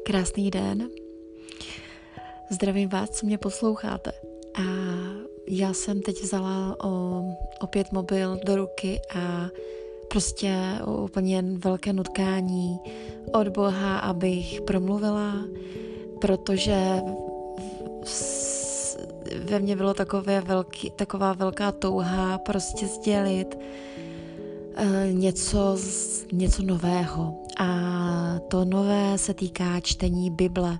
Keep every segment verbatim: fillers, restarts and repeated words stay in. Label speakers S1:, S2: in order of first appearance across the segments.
S1: Krásný den. Zdravím vás, co mě posloucháte. A já jsem teď vzala o, opět mobil do ruky a prostě úplně velké nutkání od Boha, abych promluvila, protože ve mně bylo takové velký, taková velká touha prostě sdělit uh, něco, něco nového. A to nové se týká čtení Bible.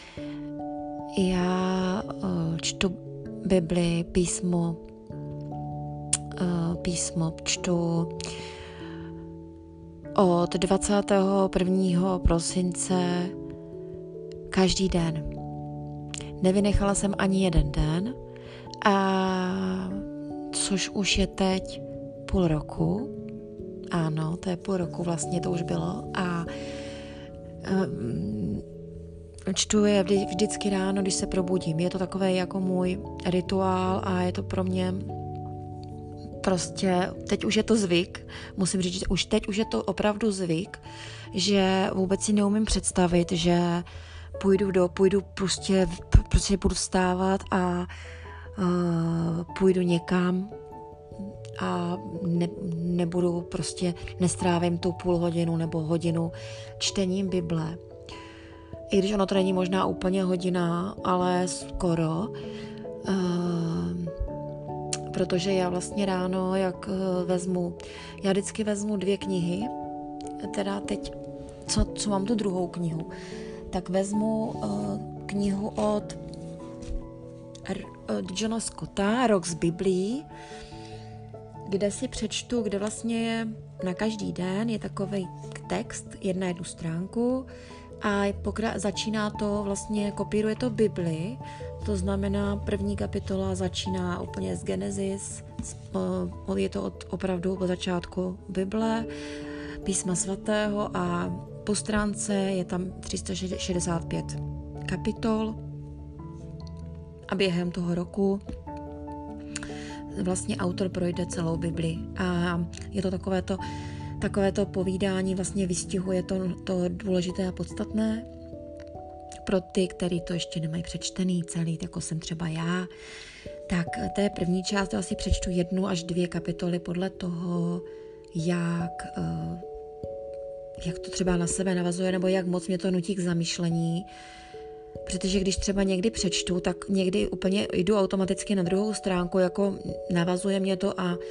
S1: Já uh, čtu Bibli, písmo, uh, písmo čtu od dvacátého prvního prosince každý den. Nevynechala jsem ani jeden den, a což už je teď půl roku. Ano, to je půl roku, vlastně to už bylo. A um, čtu je vždy, vždycky ráno, když se probudím. Je to takové jako můj rituál a je to pro mě prostě, teď už je to zvyk, musím říct, že už teď už je to opravdu zvyk, že vůbec si neumím představit, že půjdu do, půjdu prostě, prostě budu vstávat a uh, půjdu někam a ne, nebudu prostě, nestrávím tu půl hodinu nebo hodinu čtením Bible. I když ono to není možná úplně hodina, ale skoro. Uh, protože já vlastně ráno, jak uh, vezmu, já vždycky vezmu dvě knihy, teda teď, co, co mám tu druhou knihu, tak vezmu uh, knihu od, od Johna Scotta, Rok z Biblií, kde si přečtu, kde vlastně je na každý den je takový text, jedna jednu stránku a pokra- začíná to, vlastně kopíruje to Bibli, to znamená první kapitola začíná úplně z Genesis, uh, je to od, opravdu od začátku Bible, písma svatého a po stránce je tam tři sta šedesát pět kapitol a během toho roku vlastně autor projde celou Bibli a je to takovéto, takovéto povídání, vlastně vystihuje to, to důležité a podstatné pro ty, kteří to ještě nemají přečtený celý, jako jsem třeba já. Tak to je první část, já si přečtu jednu až dvě kapitoly podle toho, jak jak to třeba na sebe navazuje, nebo jak moc mě to nutí k zamýšlení. Protože když třeba někdy přečtu, tak někdy úplně jdu automaticky na druhou stránku, jako navazuje mě to a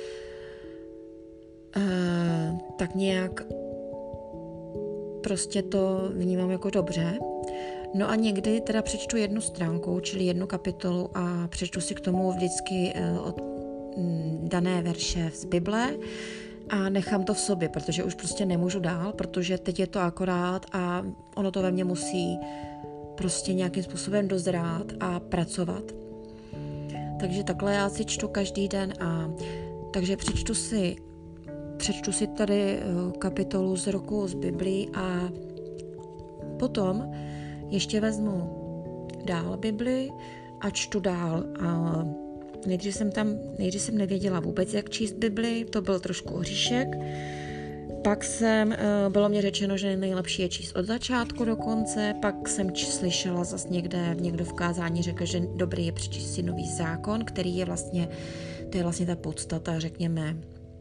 S1: uh, tak nějak prostě to vnímám jako dobře. No a někdy teda přečtu jednu stránku, čili jednu kapitolu a přečtu si k tomu vždycky uh, od um, dané verše z Bible a nechám to v sobě, protože už prostě nemůžu dál, protože teď je to akorát a ono to ve mně musí prostě nějakým způsobem dozrát a pracovat. Takže takhle já si čtu každý den a takže přečtu si přečtu si tady kapitolu z roku z Biblii a potom ještě vezmu dál Bibli a čtu dál a Nejdřív jsem tam, nejdřív jsem nevěděla vůbec, jak číst Bibli, to byl trošku oříšek. Pak jsem, bylo mě řečeno, že nejlepší je číst od začátku do konce, pak jsem č- slyšela zase někde, někdo v kázání řekl, že dobrý je přečíst si Nový zákon, který je vlastně, to je vlastně ta podstata, řekněme,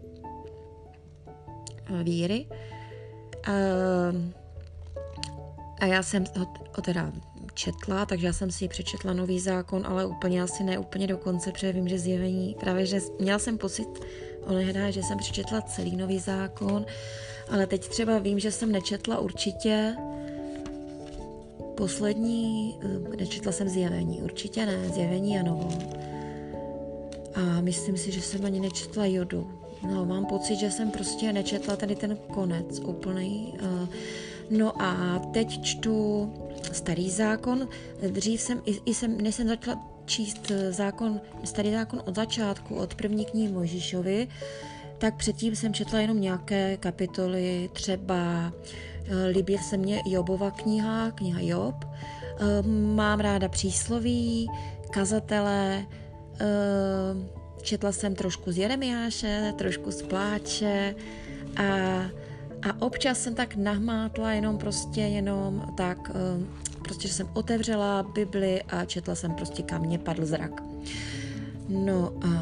S1: víry. A, a já jsem ho, ho teda četla, takže já jsem si přečetla Nový zákon, ale úplně asi ne úplně do konce, protože vím, že zjevení, právě, že měla jsem pocit onehdy, že jsem přečetla celý Nový zákon, ale teď třeba vím, že jsem nečetla určitě poslední, nečetla jsem zjevení, určitě ne, zjevení a novo. A myslím si, že jsem ani nečetla Jodu. No, mám pocit, že jsem prostě nečetla tady ten konec úplný. No a teď čtu Starý zákon. Dřív jsem, i, i jsem, než jsem začala číst zákon, Starý zákon od začátku, od první knihy Mojžíšovi, tak předtím jsem četla jenom nějaké kapitoly, třeba líbí se mně Jobova kniha, kniha Job. Mám ráda přísloví, kazatele, četla jsem trošku z Jeremiáše, trošku z Pláče a A občas jsem tak nahmátla jenom prostě jenom tak, prostě jsem otevřela Bibli a četla jsem prostě, kam mě padl zrak. No a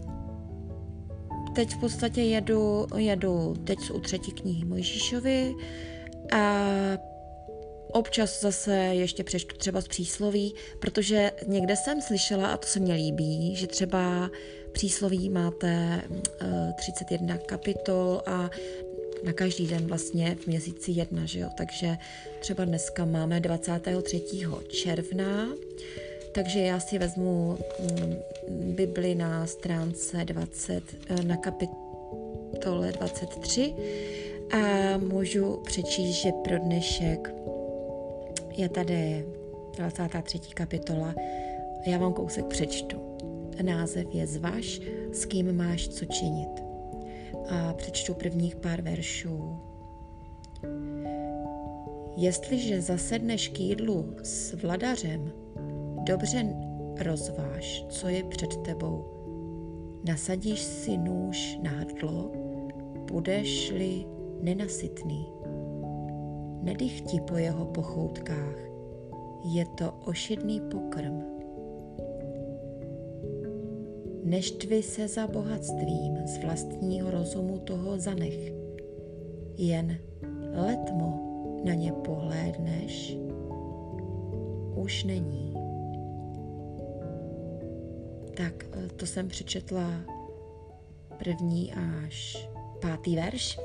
S1: teď v podstatě jedu, jedu teď u třetí knihy Mojžíšovi a občas zase ještě přečtu třeba z přísloví, protože někde jsem slyšela, a to se mně líbí, že třeba přísloví máte třicet jedna kapitol a na každý den vlastně v měsíci jedna, že jo? Takže třeba dneska máme dvacátého třetího června, takže já si vezmu Bibli na stránce dvacet, na kapitole dvacet tři a můžu přečíst, že pro dnešek je tady dvacátá třetí kapitola. Já vám kousek přečtu. Název je Zvaž, s kým máš co činit. A přečtu prvních pár veršů. Jestliže zasedneš k jídlu s vladařem, dobře rozváž, co je před tebou. Nasadíš si nůž na hrdlo, budeš-li nenasytný. Nedych ti po jeho pochoutkách, je to ošidný pokrm. Neštvi se za bohatstvím, z vlastního rozumu toho zanech. Jen letmo na ně pohlédneš, už není. Tak to jsem přečetla první až pátý verš.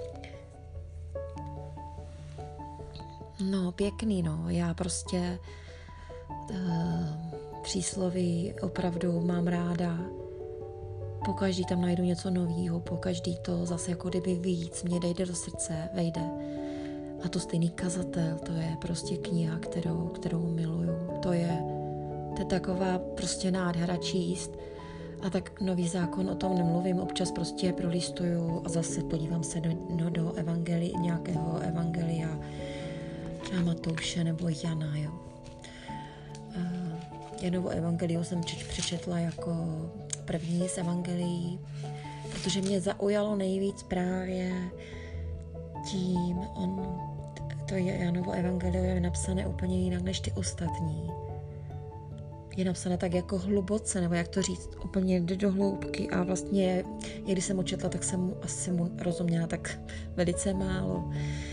S1: No, pěkný, no. Já prostě uh, přísloví opravdu mám ráda. Pokaždý tam najdu něco novýho, pokaždý to zase jako kdyby víc mě dejde do srdce, vejde. A to stejný kazatel, to je prostě kniha, kterou, kterou miluju. To je, to je taková prostě nádhera číst. A tak Nový zákon o tom nemluvím, občas prostě prolistuju a zase podívám se do, no, do evangeli, nějakého evangelia, třeba Matouše nebo Jana, jo. Uh, Janovo evangelium jsem přečetla jako první z evangelií, protože mě zaujalo nejvíc právě tím, on, to je Janovo evangelium je napsané úplně jinak než ty ostatní. Je napsané tak jako hluboce, nebo jak to říct, úplně jde do hloubky a vlastně, když jsem ho četla, tak jsem mu asi mu rozuměla tak velice málo.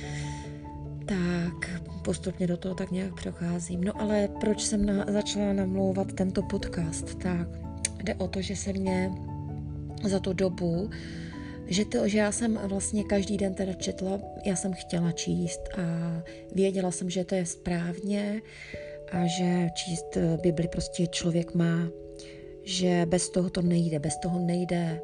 S1: Tak postupně do toho tak nějak procházím. No ale proč jsem na, začala namlouvat tento podcast? Tak jde o to, že se mě za tu dobu, že, to, že já jsem vlastně každý den teda četla, já jsem chtěla číst a věděla jsem, že to je správně a že číst Bibli prostě člověk má, že bez toho to nejde, bez toho nejde.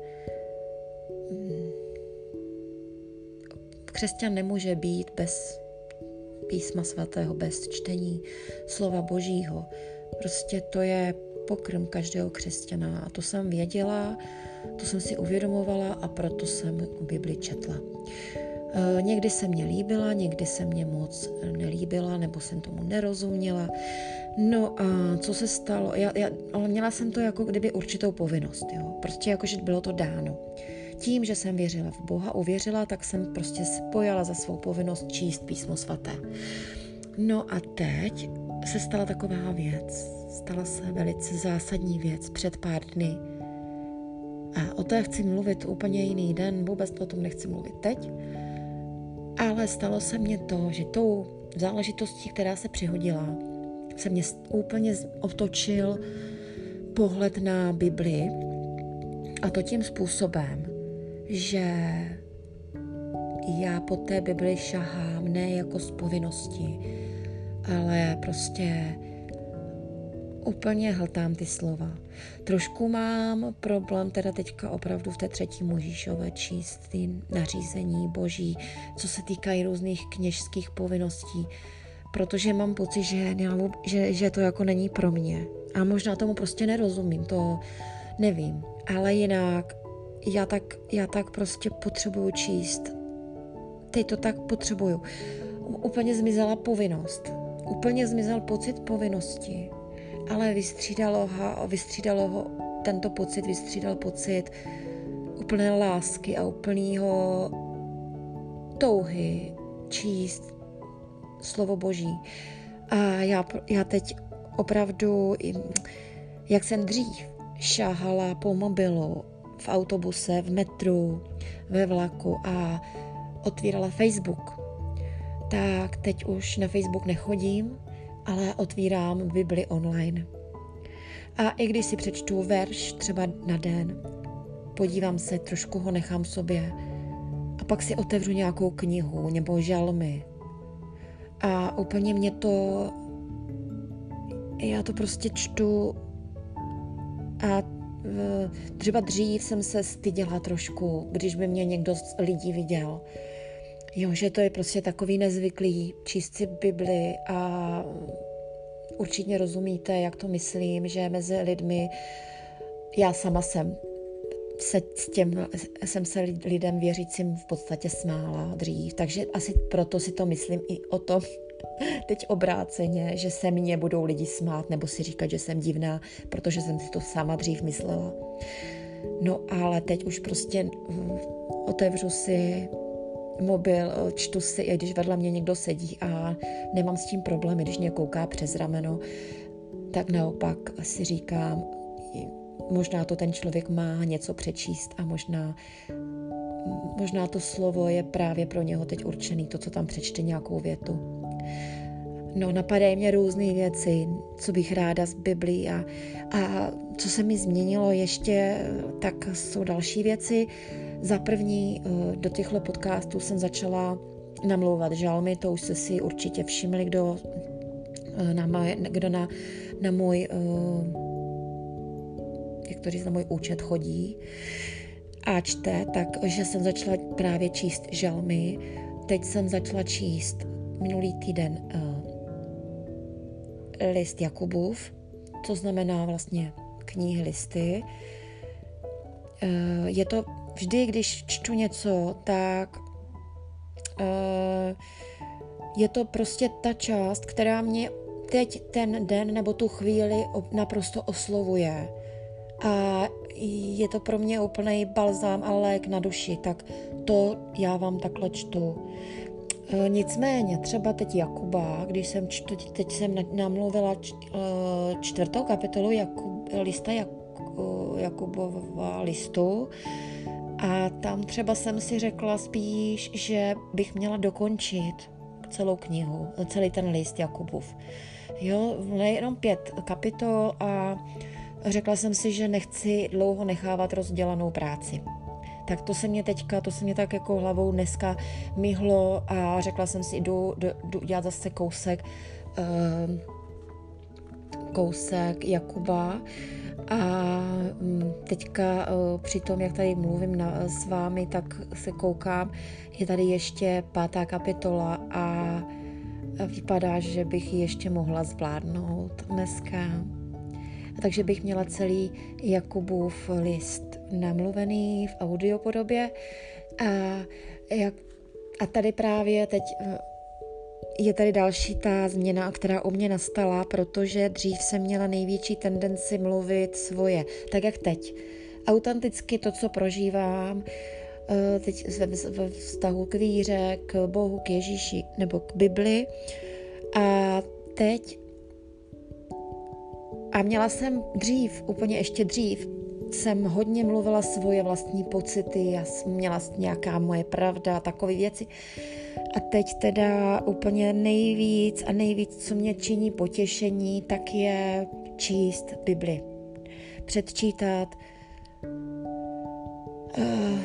S1: Křesťan nemůže být bez písma svatého, bez čtení slova Božího. Prostě to je pokrm každého křesťana a to jsem věděla, to jsem si uvědomovala a proto jsem Bibli četla. E, někdy se mě líbila, někdy se mě moc nelíbila, nebo jsem tomu nerozuměla. No a co se stalo? Já, já, ale měla jsem to jako kdyby určitou povinnost, jo? Prostě jako, že bylo to dáno. Tím, že jsem věřila v Boha, uvěřila, tak jsem prostě spojala za svou povinnost číst písmo svaté. No a teď se stala taková věc. Stala se velice zásadní věc před pár dny. A o té chci mluvit úplně jiný den, vůbec o tom nechci mluvit teď. Ale stalo se mně to, že tou záležitostí, která se přihodila, se mě úplně otočil pohled na Bibli. A to tím způsobem, že já po té Bibli šahám ne jako z povinnosti, ale prostě úplně hltám ty slova. Trošku mám problém teda teďka opravdu v té třetí Mojžíšové číst ty nařízení Boží, co se týkají různých kněžských povinností, protože mám pocit, že, že, že to jako není pro mě. A možná tomu prostě nerozumím, to nevím. Ale jinak já tak, já tak prostě potřebuju číst. Teď to tak potřebuju. Úplně zmizela povinnost. Úplně zmizel pocit povinnosti. Ale vystřídalo ho, vystřídalo ho tento pocit, vystřídal pocit úplné lásky a úplného touhy číst slovo Boží. A já, já teď opravdu, jak jsem dřív šáhala po mobilu, v autobuse, v metru, ve vlaku a otvírala Facebook, tak teď už na Facebook nechodím, ale otvírám Bibli online. A i když si přečtu verš třeba na den, podívám se, trošku ho nechám sobě a pak si otevřu nějakou knihu nebo žalmy. A úplně mě to, já to prostě čtu a třeba dřív jsem se styděla trošku, když by mě někdo z lidí viděl. Jo, že to je prostě takový nezvyklý číst si Bibli a určitě rozumíte, jak to myslím, že mezi lidmi, já sama jsem se s těm, jsem se lidem věřícím v podstatě smála dřív, takže asi proto si to myslím i o tom teď obráceně, že se mě budou lidi smát nebo si říkat, že jsem divná, protože jsem si to sama dřív myslela. No ale teď už prostě otevřu si mobil, čtu si, i když vedle mě někdo sedí a nemám s tím problémy, když mě kouká přes rameno, tak naopak si říkám, možná to ten člověk má něco přečíst a možná, možná to slovo je právě pro něho teď určený, to, co tam přečte, nějakou větu. No, napadají mě různé věci, co bych ráda z Biblí a, a co se mi změnilo ještě, tak jsou další věci. Za první do těchto podcastů jsem začala namlouvat žalmy, to už jste si určitě všimli, kdo na, maj, kdo na, na můj jak to říct, na můj účet chodí a čte, takže jsem začala právě číst žalmy. Teď jsem začala číst minulý týden uh, list Jakubův, co znamená vlastně knihy listy. Uh, je to vždy, když čtu něco, tak uh, je to prostě ta část, která mě teď ten den nebo tu chvíli naprosto oslovuje. A je to pro mě úplný balzám a lék na duši, tak to já vám takhle čtu. E, nicméně, třeba teď Jakuba, když jsem čtu, teď jsem namluvila čtvrtou kapitolu Jakub, lista Jak, Jakubova listu a tam třeba jsem si řekla spíš, že bych měla dokončit celou knihu, celý ten list Jakubův. Jo, nejenom pět kapitol a řekla jsem si, že nechci dlouho nechávat rozdělanou práci. Tak to se mě teďka, to se mě tak jako hlavou dneska myhlo a řekla jsem si, jdu, jdu dělat zase kousek, uh, kousek Jakuba a um, teďka uh, při tom, jak tady mluvím na, s vámi, tak se koukám, je tady ještě pátá kapitola a vypadá, že bych ji ještě mohla zvládnout dneska. Takže bych měla celý Jakubův list namluvený v audiopodobě a, jak, a tady právě teď je tady další ta změna, která u mě nastala, protože dřív jsem měla největší tendenci mluvit svoje, tak jak teď. Autenticky to, co prožívám, teď ve vztahu k víře, k Bohu, k Ježíši nebo k Bibli a teď A měla jsem dřív, úplně ještě dřív, jsem hodně mluvila svoje vlastní pocity, já jsem měla nějaká moje pravda, takové věci. A teď teda úplně nejvíc a nejvíc, co mě činí potěšení, tak je číst Bibli. Předčítat uh,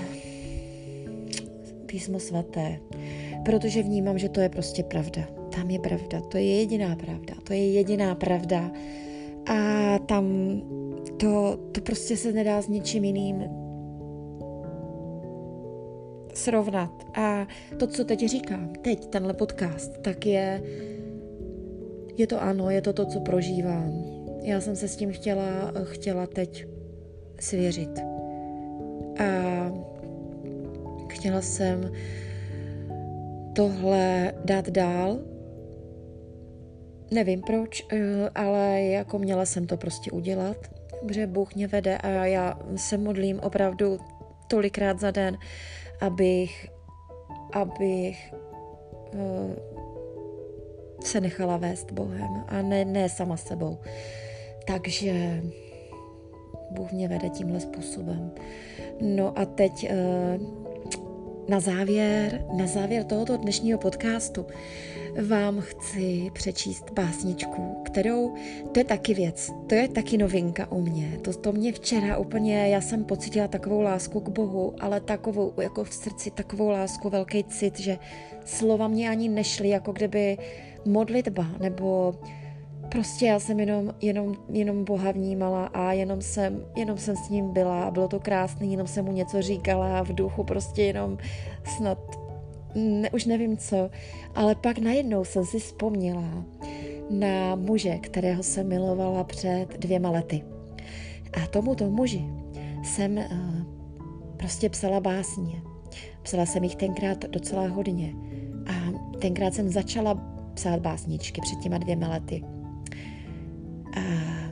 S1: písmo svaté, protože vnímám, že to je prostě pravda. Tam je pravda, to je jediná pravda, to je jediná pravda. A tam to, to prostě se nedá s ničím jiným srovnat. A to, co teď říkám, teď tenhle podcast, tak je, je to ano, je to to, co prožívám. Já jsem se s tím chtěla, chtěla teď svěřit. A chtěla jsem tohle dát dál. Nevím proč, ale jako měla jsem to prostě udělat, protože Bůh mě vede a já se modlím opravdu tolikrát za den, abych abych uh, se nechala vést Bohem a ne, ne sama sebou. Takže Bůh mě vede tímhle způsobem. No a teď uh, na závěr, na závěr tohoto dnešního podcastu vám chci přečíst básničku, kterou, to je taky věc, to je taky novinka u mě. To, to mě včera úplně, já jsem pocítila takovou lásku k Bohu, ale takovou, jako v srdci, takovou lásku, velký cit, že slova mě ani nešly, jako kdyby modlitba, nebo prostě já jsem jenom, jenom, jenom Boha vnímala a jenom jsem, jenom jsem s ním byla a bylo to krásný, jenom jsem mu něco říkala v duchu, prostě jenom snad, ne, už nevím co, ale pak najednou jsem si vzpomněla na muže, kterého jsem milovala před dvěma lety. A tomuto muži jsem uh, prostě psala básně. Psala jsem jich tenkrát docela hodně a tenkrát jsem začala psát básničky před těma dvěma lety. A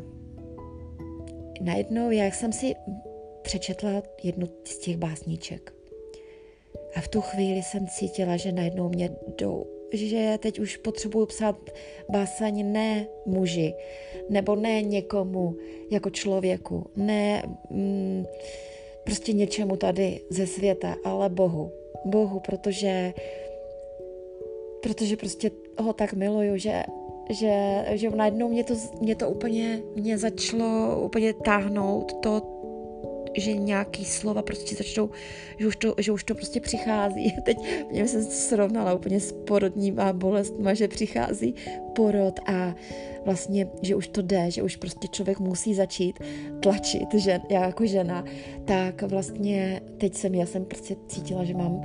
S1: najednou, jak jsem si přečetla jednu z těch básniček a v tu chvíli jsem cítila, že najednou mě jdou, že teď už potřebuju psát báseň ne muži, nebo ne někomu jako člověku, ne mm, prostě něčemu tady ze světa, ale Bohu. Bohu, protože protože prostě ho tak miluju, že že, že najednou mě to, mě to úplně, mě začalo úplně táhnout to, že nějaký slova prostě začnou, že už to, že už to prostě přichází. Teď mě jsem to srovnala úplně s porodníma bolestma, že přichází porod a vlastně, že už to jde, že už prostě člověk musí začít tlačit, že já jako žena, tak vlastně teď jsem, já jsem prostě cítila, že mám,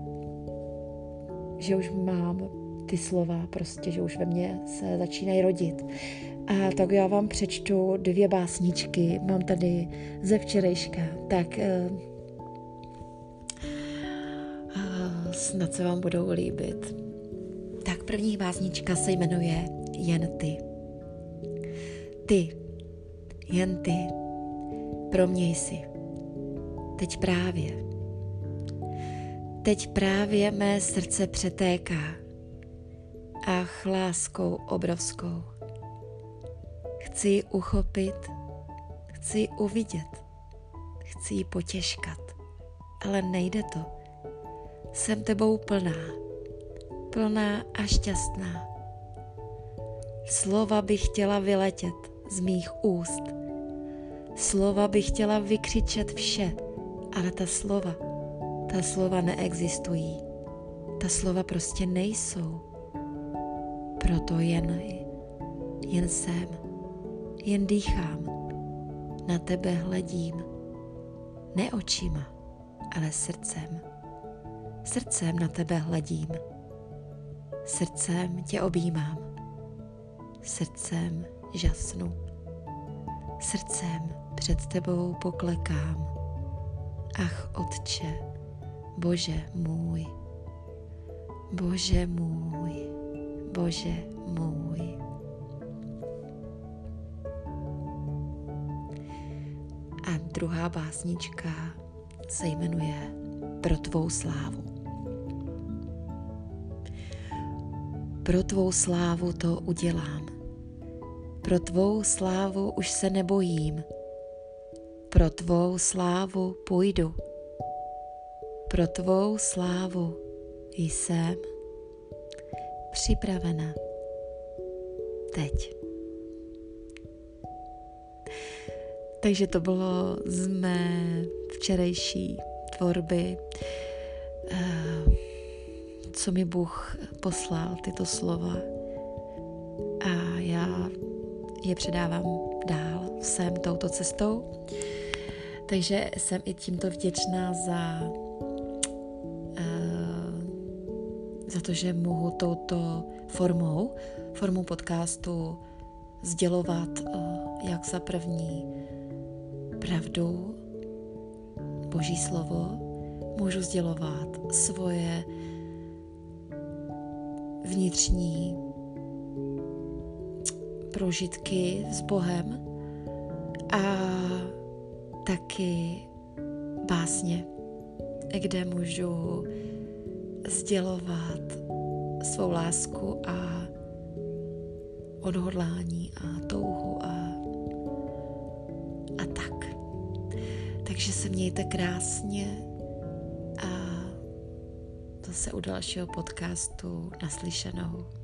S1: že už mám ty slova prostě, že už ve mně se začínají rodit. A tak já vám přečtu dvě básničky, mám tady ze včerejška, tak uh, uh, snad se vám budou líbit. Tak první básnička se jmenuje Jen ty. Ty, jen ty, proměj si. Teď právě. Teď právě mé srdce přetéká. Ach, láskou obrovskou. Chci ji uchopit, chci ji uvidět, chci ji potěškat, ale nejde to. Jsem tebou plná, plná a šťastná. Slova bych chtěla vyletět z mých úst. Slova bych chtěla vykřičet vše, ale ta slova, ta slova neexistují. Ta slova prostě nejsou. Proto jen, jen jsem, jen dýchám, na tebe hledím, ne očima, ale srdcem. Srdcem na tebe hledím, srdcem tě objímám, srdcem žasnu, srdcem před tebou poklekám. Ach, Otče, Bože můj, Bože můj, Bože můj. A druhá básnička se jmenuje Pro tvou slávu. Pro tvou slávu to udělám. Pro tvou slávu už se nebojím. Pro tvou slávu půjdu. Pro tvou slávu jsem připravena. Teď. Takže to bylo z mé včerejší tvorby, co mi Bůh poslal tyto slova a já je předávám dál sem touto cestou. Takže jsem i tímto vděčná za, za to, že mohu touto formou, formou podcastu sdělovat jak za první pravdu, Boží slovo, můžu sdělovat svoje vnitřní prožitky s Bohem a taky básně, kde můžu sdělovat svou lásku a odhodlání a touhu a, a tak. Takže se mějte krásně a zase u dalšího podcastu naslyšenou.